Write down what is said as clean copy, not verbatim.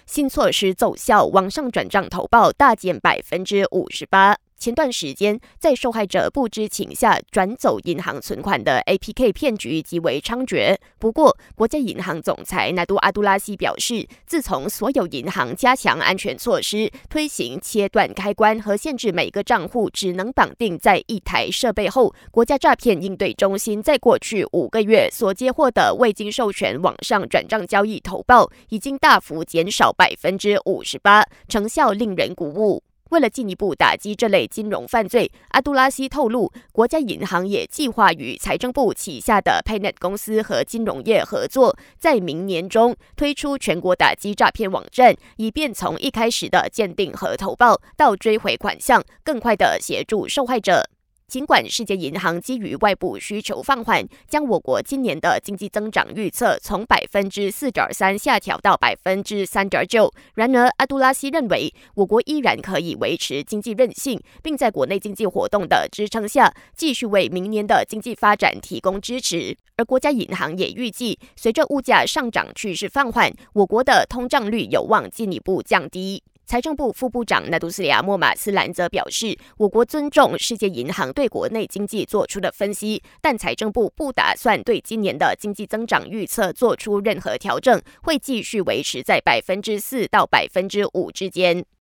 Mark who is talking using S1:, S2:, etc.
S1: 新措施奏效，网上转账投报大减58%。前段时间，在受害者不知情下转走银行存款的 APK 骗局极为猖獗。不过，国家银行总裁纳杜阿杜拉西表示，自从所有银行加强安全措施，推行切断开关和限制每个账户只能绑定在一台设备后，国家诈骗应对中心在过去5个月所接获的未经授权网上转账交易投报已经大幅减少58%，成效令人鼓舞。为了进一步打击这类金融犯罪，阿杜拉西透露，国家银行也计划与财政部旗下的 Paynet 公司和金融业合作，在明年中推出全国打击诈骗网站，以便从一开始的鉴定和投报到追回款项，更快地协助受害者。尽管世界银行基于外部需求放缓，将我国今年的经济增长预测从4.3%下调到3.9%，然而阿杜拉西认为，我国依然可以维持经济韧性，并在国内经济活动的支撑下，继续为明年的经济发展提供支持。而国家银行也预计，随着物价上涨趋势放缓，我国的通胀率有望进一步降低。财政部副部长纳杜斯里亚莫马斯兰则表示，我国尊重世界银行对国内经济做出的分析，但财政部不打算对今年的经济增长预测做出任何调整，会继续维持在4%到5%之间。